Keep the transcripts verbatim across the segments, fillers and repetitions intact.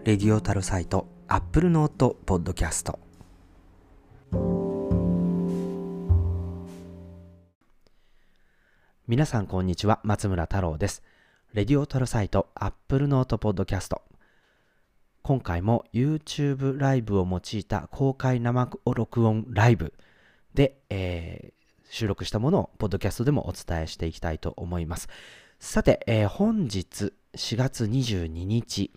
レディオタルサイト Apple Note Podcast。皆さんこんにちは、松村太郎です。レディオタルサイト Apple Note Podcast。今回も YouTube ライブを用いた公開生録音ライブで、えー、収録したものをポッドキャストでもお伝えしていきたいと思います。さて、えー、本日しがつにじゅうににち、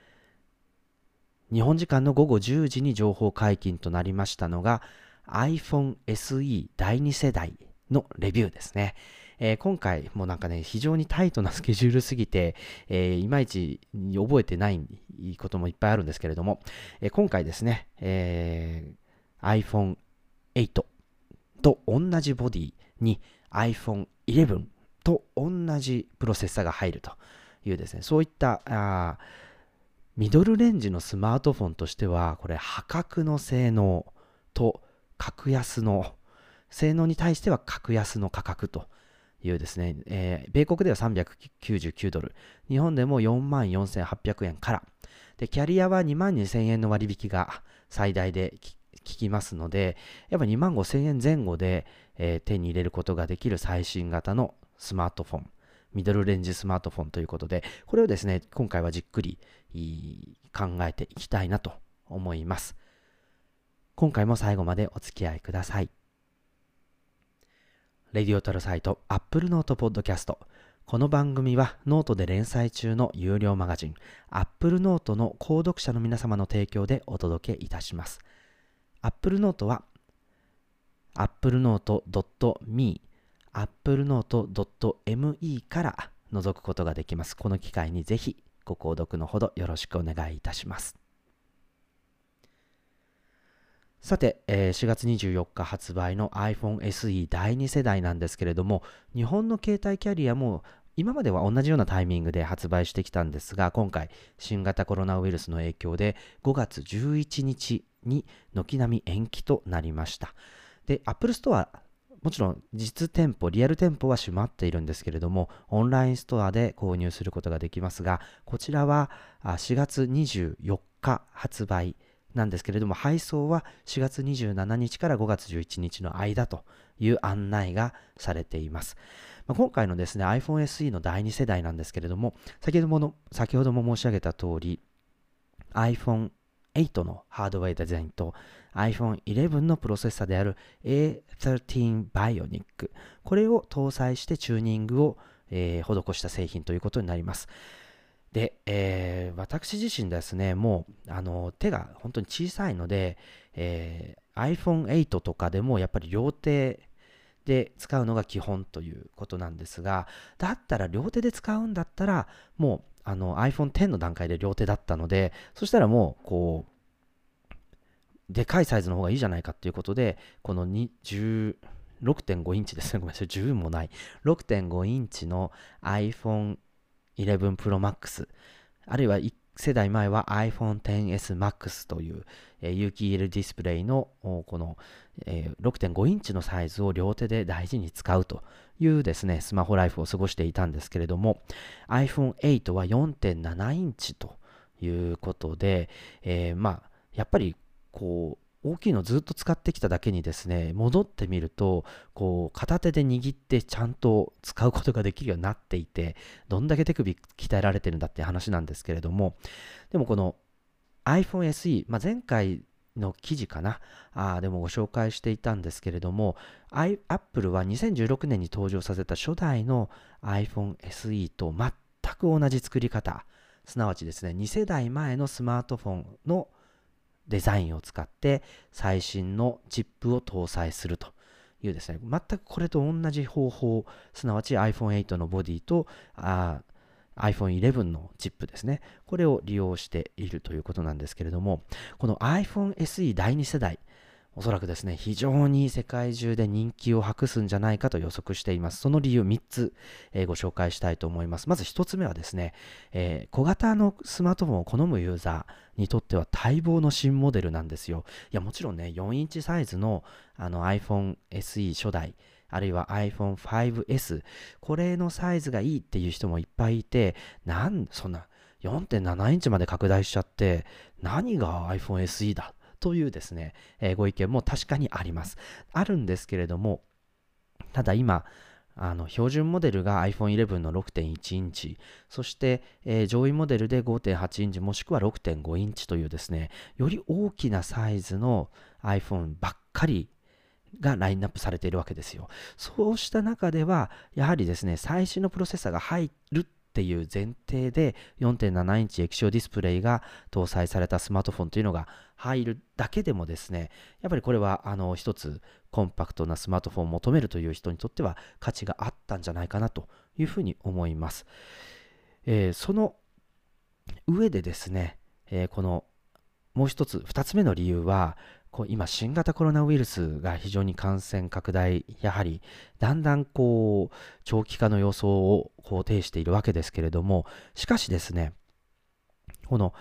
日本時間のごごじゅうじに情報解禁となりましたのが iPhone エスイー だいに世代のレビューですね。えー、今回もなんかね、非常にタイトなスケジュールすぎて、えー、いまいち覚えてないこともいっぱいあるんですけれども、えー、今回ですね、えー、iPhone エイトと同じボディに iPhone イレブンと同じプロセッサが入るというですね、そういったあミドルレンジのスマートフォンとしては、これ破格の性能と格安の性能に対しては格安の価格というですね、えー、米国ではさんびゃくきゅうじゅうきゅうドル、日本でもよんまんよんせんはっぴゃくえんからで、キャリアはにまんにせんえんの割引が最大で効きますので、やっぱにまんごせんえんぜん後で、えー、手に入れることができる最新型のスマートフォン、ミドルレンジスマートフォンということで、これをですね、今回はじっくり考えていきたいなと思います。今回も最後までお付き合いください。レディオタルサイト Apple Note Podcast。この番組はノートで連載中の有料マガジン Apple Note の購読者の皆様の提供でお届けいたします。Apple Note は アップルノートドットミー アップルノートドットエムイー から覗くことができます。この機会にぜひご購読のほどよろしくお願いいたします。さて、えー、しがつにじゅうよっか発売の iPhone エスイー だいに世代なんですけれども、日本の携帯キャリアも今までは同じようなタイミングで発売してきたんですが、今回新型コロナウイルスの影響でごがつじゅういちにちに軒並み延期となりました。で、Apple Store、もちろん実店舗、リアル店舗は閉まっているんですけれども、オンラインストアで購入することができますが、こちらはしがつにじゅうよっか発売なんですけれども、配送はしがつにじゅうしちにちからごがつじゅういちにちの間という案内がされています。まあ、今回のですね、iPhone エスイー のだいに世代なんですけれども、先ほどもの、先ほども申し上げた通り、iPhone エイトのハードウェアデザインと iPhone イレブンのプロセッサである エーじゅうさん Bionic、これを搭載してチューニングを、えー、施した製品ということになります。で、えー、私自身ですね、もうあの手が本当に小さいので、えー、iPhone エイトとかでもやっぱり両手で使うのが基本ということなんですが、だったら両手で使うんだったらもうあの iPhone テンの段階で両手だったので、そしたらもうこうでかいサイズの方がいいじゃないかということで、このじゅうろくてんごインチですね、ごめんなさい、じゅうもない ろくてんごインチの iPhone イレブン Pro Max、 あるいはいち世代前は iPhone テンエス Max という、えー、有機 イーエル ディスプレイのこの、えー、ろくてんごインチのサイズを両手で大事に使うというですね、スマホライフを過ごしていたんですけれども、 iPhone エイトは よんてんななインチということで、えー、まあやっぱりこう大きいのずっと使ってきただけにですね、戻ってみるとこう片手で握ってちゃんと使うことができるようになっていて、どんだけ手首鍛えられてるんだって話なんですけれども、でもこの iPhone エスイー、まあ、前回の記事かなあでもご紹介していたんですけれども、Apple はにせんじゅうろくねんに登場させた初代の iPhone エスイー と全く同じ作り方、すなわちですね、に世代前のスマートフォンのデザインを使って最新のチップを搭載するというですね、全くこれと同じ方法、すなわち iPhone エイトのボディとあ iPhone イレブンのチップですね、これを利用しているということなんですけれども、この iPhone エスイー だいに世代、おそらくですね、非常に世界中で人気を博すんじゃないかと予測しています。その理由みっつ、えー、ご紹介したいと思います。まずひとつめはですね、えー、小型のスマートフォンを好むユーザーにとっては待望の新モデルなんですよ。いや、もちろんね、よんインチサイズの、あの iPhone エスイー 初代、あるいは iPhone ファイブエス、これのサイズがいいっていう人もいっぱいいて、なんそんなよんてんななインチまで拡大しちゃって、何が iPhone エスイー だというですね、えーご意見も確かにあります。あるんですけれども、ただ今、あの標準モデルが iPhone イレブンの ろくてんいち インチ、そして、えー上位モデルで ごてんはち インチもしくは ろくてんご インチというですね、より大きなサイズの iPhone ばっかりがラインナップされているわけですよ。そうした中では、やはりですね、最新のプロセッサーが入るっていう前提で よんてんなな インチ液晶ディスプレイが搭載されたスマートフォンというのが入るだけでもですね、やっぱりこれはあの一つコンパクトなスマートフォンを求めるという人にとっては価値があったんじゃないかなというふうに思います。えーその上でですね、えーこのもう一つ、二つ目の理由は、こう今、新型コロナウイルスが非常に感染拡大、やはりだんだんこう長期化の予想をこう呈しているわけですけれども、しかしですね、この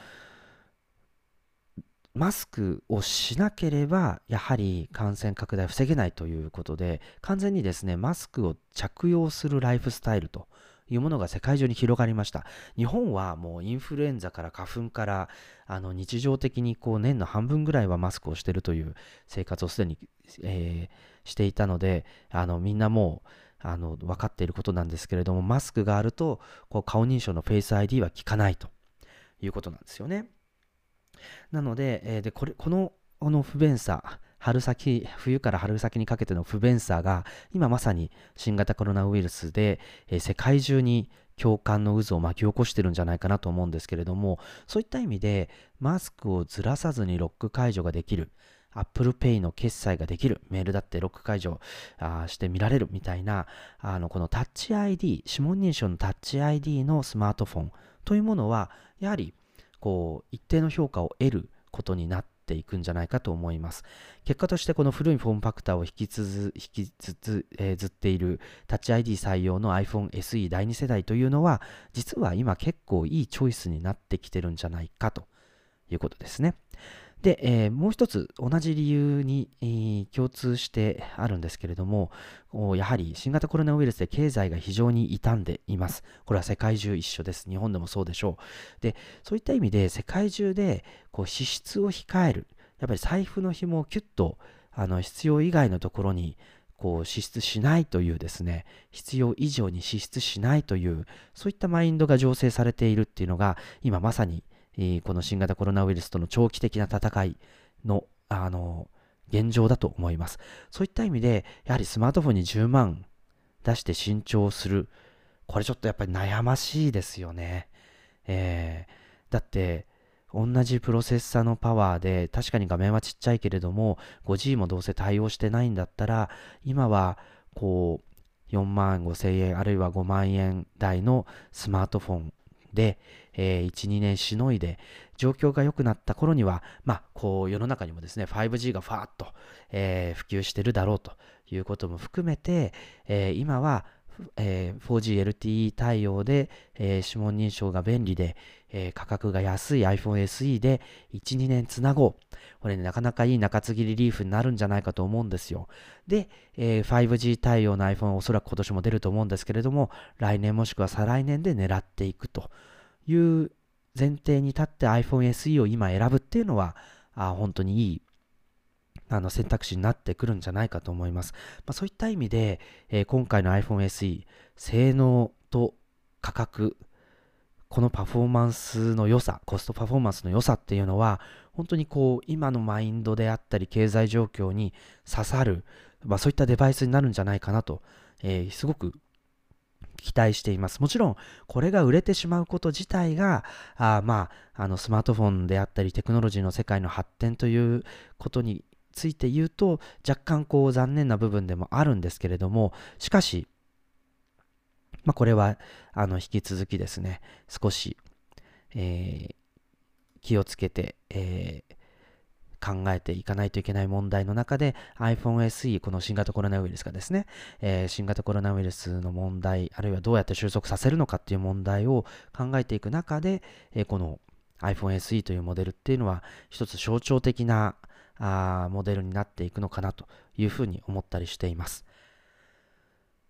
マスクをしなければ、やはり感染拡大を防げないということで、完全にですね、マスクを着用するライフスタイルというものが世界中に広がりました。日本はもうインフルエンザから花粉からあの日常的にこう年の半分ぐらいはマスクをしているという生活をすでに、えーしていたので、あのみんなもうあの分かっていることなんですけれども、マスクがあるとこう顔認証のフェイス アイディー は効かないということなんですよね。なので、えーでこれこのこの不便さ、春先、冬から春先にかけての不便さが、今まさに新型コロナウイルスで、えー世界中に共感の渦を巻き起こしてるんじゃないかなと思うんですけれども、そういった意味で、マスクをずらさずにロック解除ができる、Apple Pay の決済ができる、メールだってロック解除あーして見られるみたいな、あのこのタッチ アイディー、指紋認証のタッチ アイディー のスマートフォンというものは、やはりこう一定の評価を得ることになっていくんじゃないかと思います。結果としてこの古いフォームファクターを引きつ引きつつ、えーずっているタッチ アイディー 採用の iPhone エスイー だいに世代というのは、実は今結構いいチョイスになってきてるんじゃないかということですね。で、えーもう一つ同じ理由に、えー共通してあるんですけれども、おやはり新型コロナウイルスで経済が非常に傷んでいます。これは世界中一緒です。日本でもそうでしょう。で、そういった意味で世界中でこう支出を控える、やっぱり財布の紐をキュッとあの必要以外のところにこう支出しないというですね、必要以上に支出しないという、そういったマインドが醸成されているっていうのが、今まさにえーこの新型コロナウイルスとの長期的な戦いの、あの、現状だと思います。そういった意味で、やはりスマートフォンにじゅうまん出して新調する。これちょっとやっぱり悩ましいですよね。えーだって、同じプロセッサのパワーで、確かに画面はちっちゃいけれども、フォージー もどうせ対応してないんだったら、今は、こう、よんまんごせんえん、あるいはごまんえん台のスマートフォンで、えーいち、にねんしのいで、状況が良くなった頃には、まあ、こう、世の中にもですね、ファイブジー がファーッと、えー普及してるだろうということも含めて、えー今は、えー フォージーエルティーイー 対応で、えー指紋認証が便利で、えー価格が安い iPhone エスイー でいち、にねんつなごう。これね、なかなかいい中継ぎリリーフになるんじゃないかと思うんですよ。で、えー ファイブジー 対応の iPhone はおそらく今年も出ると思うんですけれども、来年もしくは再来年で狙っていくという前提に立って iPhone エスイー を今選ぶっていうのは、あ本当にいいあの選択肢になってくるんじゃないかと思います。まあ、そういった意味で、えー今回の iPhone エスイー、性能と価格、このパフォーマンスの良さ、コストパフォーマンスの良さっていうのは、本当にこう、今のマインドであったり、経済状況に刺さる、まあ、そういったデバイスになるんじゃないかなと、えーすごく期待しています。もちろん、これが売れてしまうこと自体が、あーまあ、あのスマートフォンであったり、テクノロジーの世界の発展ということについて言うと、若干こう残念な部分でもあるんですけれども、しかし、まあ、これはあの引き続きですね、少し、えー気をつけて、えー考えていかないといけない問題の中で iPhone エスイー、この新型コロナウイルスがですね、えー新型コロナウイルスの問題、あるいはどうやって収束させるのかっていう問題を考えていく中で、えーこの iPhone エスイー というモデルっていうのは一つ象徴的なあーモデルになっていくのかなというふうに思ったりしています。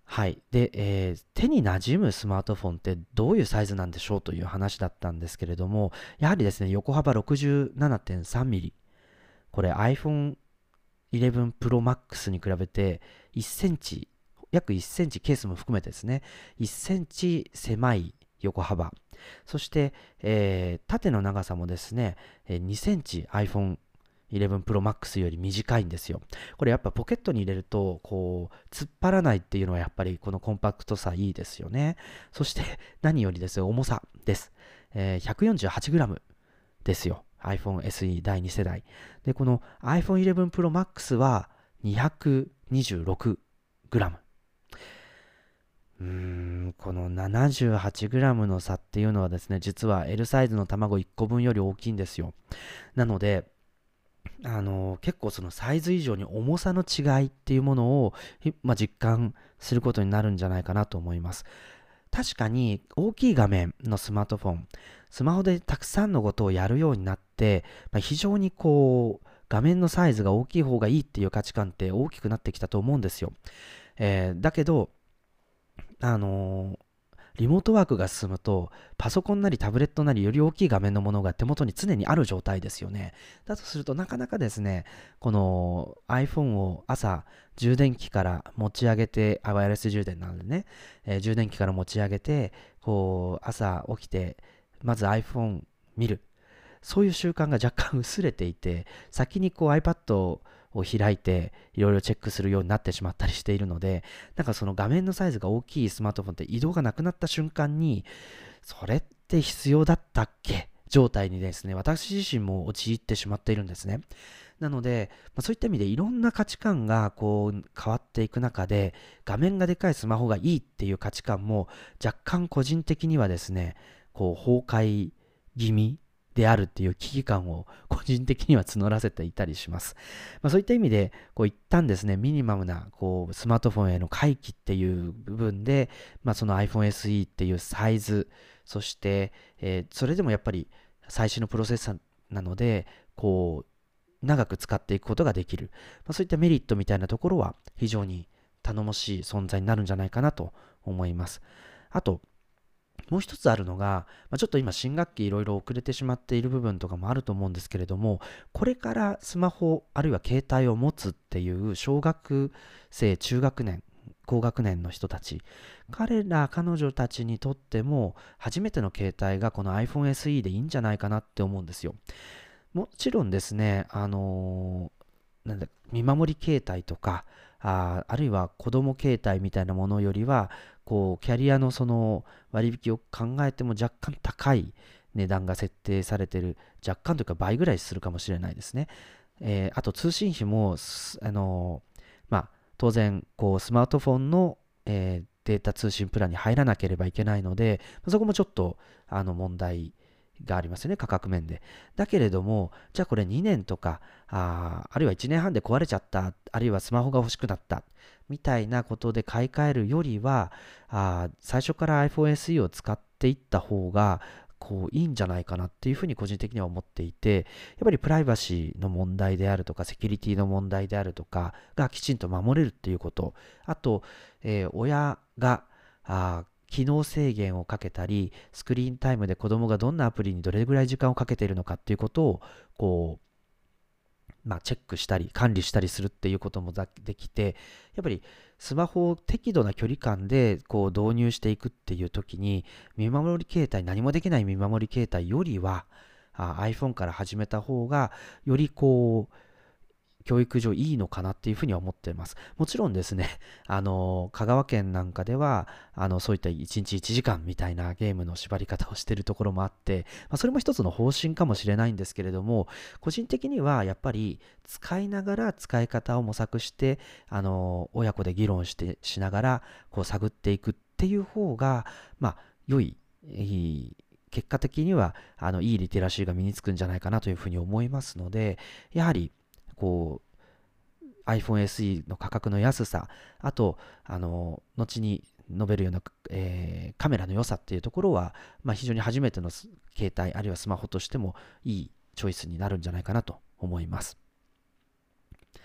はい。で、えー手に馴染むスマートフォンってどういうサイズなんでしょうという話だったんですけれども、やはりですね、横幅 ろくじゅうななてんさんミリ。これ iPhone イレブン Pro Max に比べていっセンチ、約いっセンチケースも含めてですね、いっセンチ狭い横幅。そして、えー縦の長さもですね、えーにセンチ iPhone イレブン Pro Max より短いんですよ。これやっぱポケットに入れると、こう、突っ張らないっていうのはやっぱりこのコンパクトさいいですよね。そして何よりですよ、重さです。えー ひゃくよんじゅうはちグラム ですよ。iPhone エスイー だいに世代。で、この iPhone イレブン Pro Max は にひゃくにじゅうろくグラム。うーん、この ななじゅうはちグラム の差っていうのはですね、実は L サイズの卵いっこぶんより大きいんですよ。なので、あの結構そのサイズ以上に重さの違いっていうものを、まあ、実感することになるんじゃないかなと思います。確かに大きい画面のスマートフォン、スマホでたくさんのことをやるようになって、まあ、非常にこう、画面のサイズが大きい方がいいっていう価値観って大きくなってきたと思うんですよ。えーだけど、あのーリモートワークが進むと、パソコンなりタブレットなりより大きい画面のものが手元に常にある状態ですよね。だとするとなかなかですね、この iPhone を朝充電器から持ち上げて、あ、ワイヤレス充電なのでね、えー充電器から持ち上げて、こう朝起きて、まず iPhone 見る。そういう習慣が若干薄れていて、先にこう iPad を開いていろいろチェックするようになってしまったりしているので、なんかその画面のサイズが大きいスマートフォンって移動がなくなった瞬間に、それって必要だったっけ状態にですね、私自身も陥ってしまっているんですね。なので、まあ、そういった意味でいろんな価値観がこう変わっていく中で、画面がでかいスマホがいいっていう価値観も若干個人的にはですね、こう崩壊気味であるっていう危機感を個人的には募らせていたりします。まあ、そういった意味で、こう一旦ですね、ミニマムなこうスマートフォンへの回帰っていう部分で、まあ、その iPhone エスイー っていうサイズ、そして、えーそれでもやっぱり最新のプロセッサーなので、こう、長く使っていくことができる。まあ、そういったメリットみたいなところは非常に頼もしい存在になるんじゃないかなと思います。あと、もう一つあるのが、まあ、ちょっと今新学期いろいろ遅れてしまっている部分とかもあると思うんですけれども、これからスマホあるいは携帯を持つっていう小学生、中学年、高学年の人たち、彼ら彼女たちにとっても初めての携帯がこの iPhone エスイー でいいんじゃないかなって思うんですよ。もちろんですね、あのーなんだ、見守り携帯とか、あー、あるいは子供携帯みたいなものよりは、こう、キャリアのその割引を考えても若干高い値段が設定されている、若干というか倍ぐらいするかもしれないですね。えーあと通信費も、すあのーまあ、当然、こう、スマートフォンの、えーデータ通信プランに入らなければいけないので、そこもちょっと、あの、問題がありますよね、価格面で。だけれども、じゃあこれにねんとか、ああるいはいちねんはんで壊れちゃった、あるいはスマホが欲しくなった、みたいなことで買い替えるよりは、あ最初から iPhone エスイー を使っていった方が、こういいんじゃないかなっていうふうに個人的には思っていて、やっぱりプライバシーの問題であるとか、セキュリティの問題であるとかがきちんと守れるっていうこと、あと、えー親が、あ機能制限をかけたり、スクリーンタイムで子供がどんなアプリにどれぐらい時間をかけているのかっていうことを、こう、まあ、チェックしたり、管理したりするっていうこともできて、やっぱりスマホを適度な距離感でこう導入していくっていう時に、見守り携帯、何もできない見守り携帯よりは、あ iPhone から始めた方が、よりこう、教育上いいのかなっていうふうには思っています。もちろんですね、あの、香川県なんかでは、あの、そういったいちにちいちじかんみたいなゲームの縛り方をしているところもあって、まあ、それも一つの方針かもしれないんですけれども、個人的にはやっぱり使いながら使い方を模索して、あの、親子で議論してしながら、こう探っていくっていう方が、まあ、良い、いい結果的には、あの、いいリテラシーが身につくんじゃないかなというふうに思いますので、やはり、こう iPhone エスイー の価格の安さ、あと、あの、後に述べるような、えーカメラの良さっていうところは、まあ、非常に初めての携帯、あるいはスマホとしてもいいチョイスになるんじゃないかなと思います。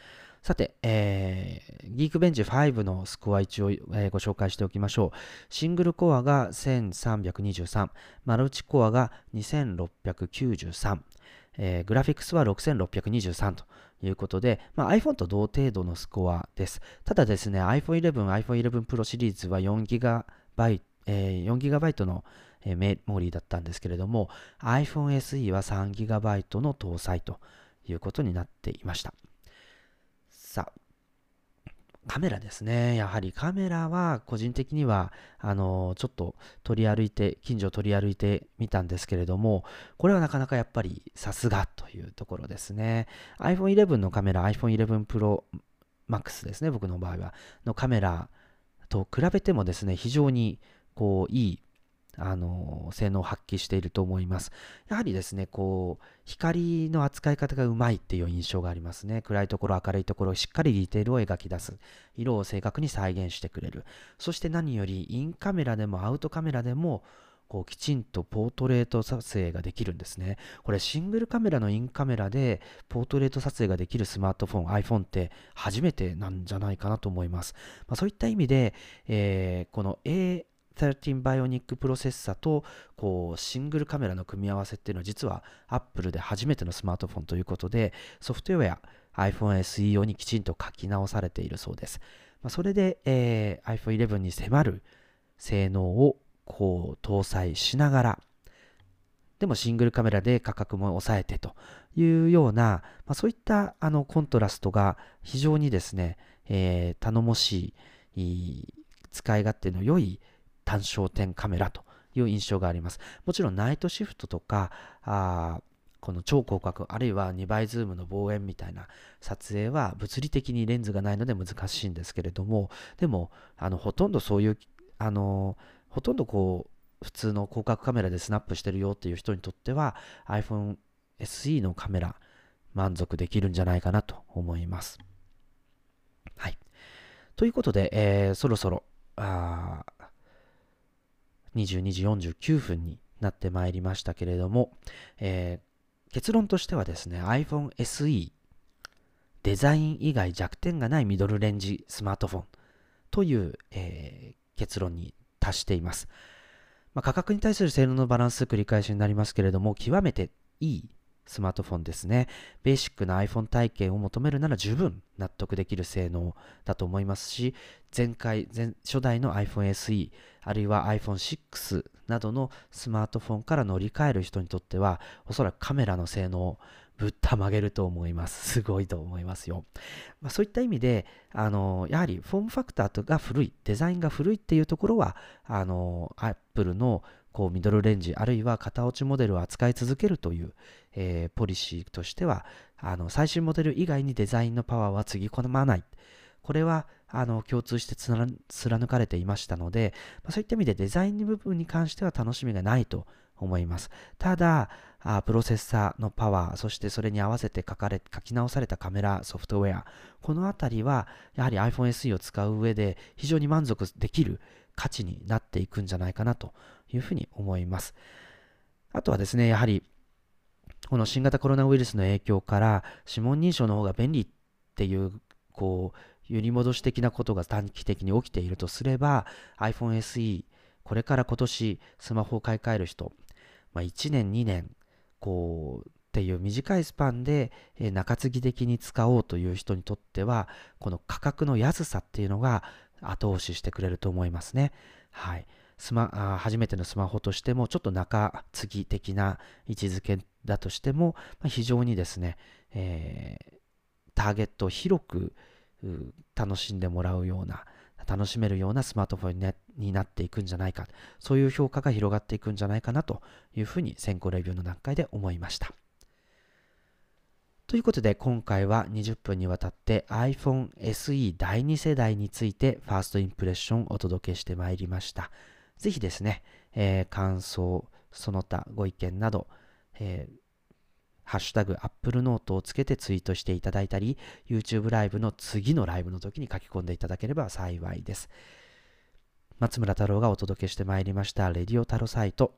さて、えー、ギークベンチファイブのスコア一応、えーご紹介しておきましょう。シングルコアがせんさんびゃくにじゅうさん、マルチコアがにせんろっぴゃくきゅうじゅうさん、えーグラフィックスはろくせんろっぴゃくにじゅうさんということで、まあ、iPhone と同程度のスコアです。ただですね、iPhone イレブン、iPhone イレブン Pro シリーズは よんギガバイト、えー、よんギガバイトのメモリーだったんですけれども、iPhone エスイー は さんギガバイトの搭載ということになっていました。さあ、カメラですね。やはりカメラは個人的には、あの、ちょっと取り歩いて、近所を取り歩いてみたんですけれども、これはなかなかやっぱりさすがというところですね。iPhone イレブンのカメラ、iPhone イレブン Pro Max ですね、僕の場合は、のカメラと比べてもですね、非常にこう、いい、あの、性能を発揮していると思います。やはりですね、こう、光の扱い方がうまいっていう印象がありますね。暗いところ、明るいところ、しっかりディテールを描き出す。色を正確に再現してくれる。そして何より、インカメラでもアウトカメラでも、こうきちんとポートレート撮影ができるんですね。これシングルカメラのインカメラでポートレート撮影ができるスマートフォン、iPhone って初めてなんじゃないかなと思います。まあ、そういった意味で、えーこの エーじゅうさんバイオニックプロセッサとこうシングルカメラの組み合わせっていうのは実は Apple で初めてのスマートフォンということで、ソフトウェア iPhone エスイー 用にきちんと書き直されているそうです。まあ、それで、えー iPhone イレブンに迫る性能をこう搭載しながら、でもシングルカメラで価格も抑えてというような、まあ、そういったあのコントラストが非常にですね、えー頼もしい、い使い勝手の良い単焦点カメラという印象があります。もちろんナイトシフトとか、あーこの超広角、あるいはにばいズームの望遠みたいな撮影は物理的にレンズがないので難しいんですけれども、でも、あのほとんどそういう、あのほとんどこう、普通の広角カメラでスナップしてるよっていう人にとっては iPhone エスイー のカメラ満足できるんじゃないかなと思います。はい。ということで、えーそろそろあーにじゅうにじよんじゅうきゅうふんになってまいりましたけれども、えー結論としてはですね、iPhone エスイー デザイン以外弱点がないミドルレンジスマートフォンという、えー結論に達しています。まあ、価格に対する性能のバランス繰り返しになりますけれども、極めていいスマートフォンですね。ベーシックな iPhone 体験を求めるなら十分納得できる性能だと思いますし、前回、前初代の iPhone エスイー、あるいは アイフォンシックス などのスマートフォンから乗り換える人にとっては、おそらくカメラの性能をぶったまげると思います。すごいと思いますよ。まあ、そういった意味で、あのやはりフォームファクターが古い、デザインが古いっていうところは、あの Apple のこうミドルレンジ、あるいは型落ちモデルを扱い続けるという、えーポリシーとしては、あの最新モデル以外にデザインのパワーはつぎ込まない。これはあの共通して貫かれていましたので、まあ、そういった意味でデザインの部分に関しては楽しみがないと思います。ただ、あプロセッサーのパワー、そしてそれに合わせて書かれ書き直されたカメラソフトウェア、このあたりはやはり iPhone エスイー を使う上で非常に満足できる価値になっていくんじゃないかなというふうに思います。あとはですね、やはりこの新型コロナウイルスの影響から指紋認証の方が便利っていうこう揺り戻し的なことが短期的に起きているとすれば iPhone エスイー これから今年スマホを買い替える人、まあ、いちねんにねんこうっていう短いスパンで、えー中継ぎ的に使おうという人にとってはこの価格の安さっていうのが後押ししてくれると思いますね。はい。スマあ初めてのスマホとしてもちょっと中継ぎ的な位置づけだとしても、まあ、非常にですね、えーターゲットを広くう楽しんでもらうような楽しめるようなスマートフォンになになっていくんじゃないか、そういう評価が広がっていくんじゃないかなというふうに先行レビューの段階で思いました。ということで今回はにじゅっぷんにわたって iPhone エスイー だいに世代についてファーストインプレッションをお届けしてまいりました。ぜひですね、えー感想、その他ご意見など、えーハッシュタグ Apple Note をつけてツイートしていただいたり、YouTube ライブの次のライブの時に書き込んでいただければ幸いです。松村太郎がお届けしてまいりましたレディオタロサイト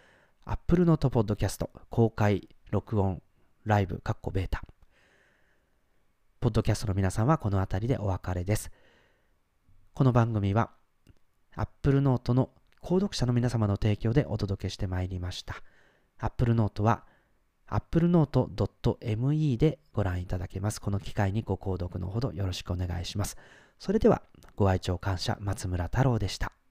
Apple Note Podcast 公開録音ライブカッコベータ。 ポッドキャストの皆さんはこの辺りでお別れです。この番組は Apple Note の購読者の皆様の提供でお届けしてまいりました。Apple Note は アップルノートドットエムイー でご覧いただけます。この機会にご購読のほどよろしくお願いします。それではご愛聴感謝、松村太郎でした。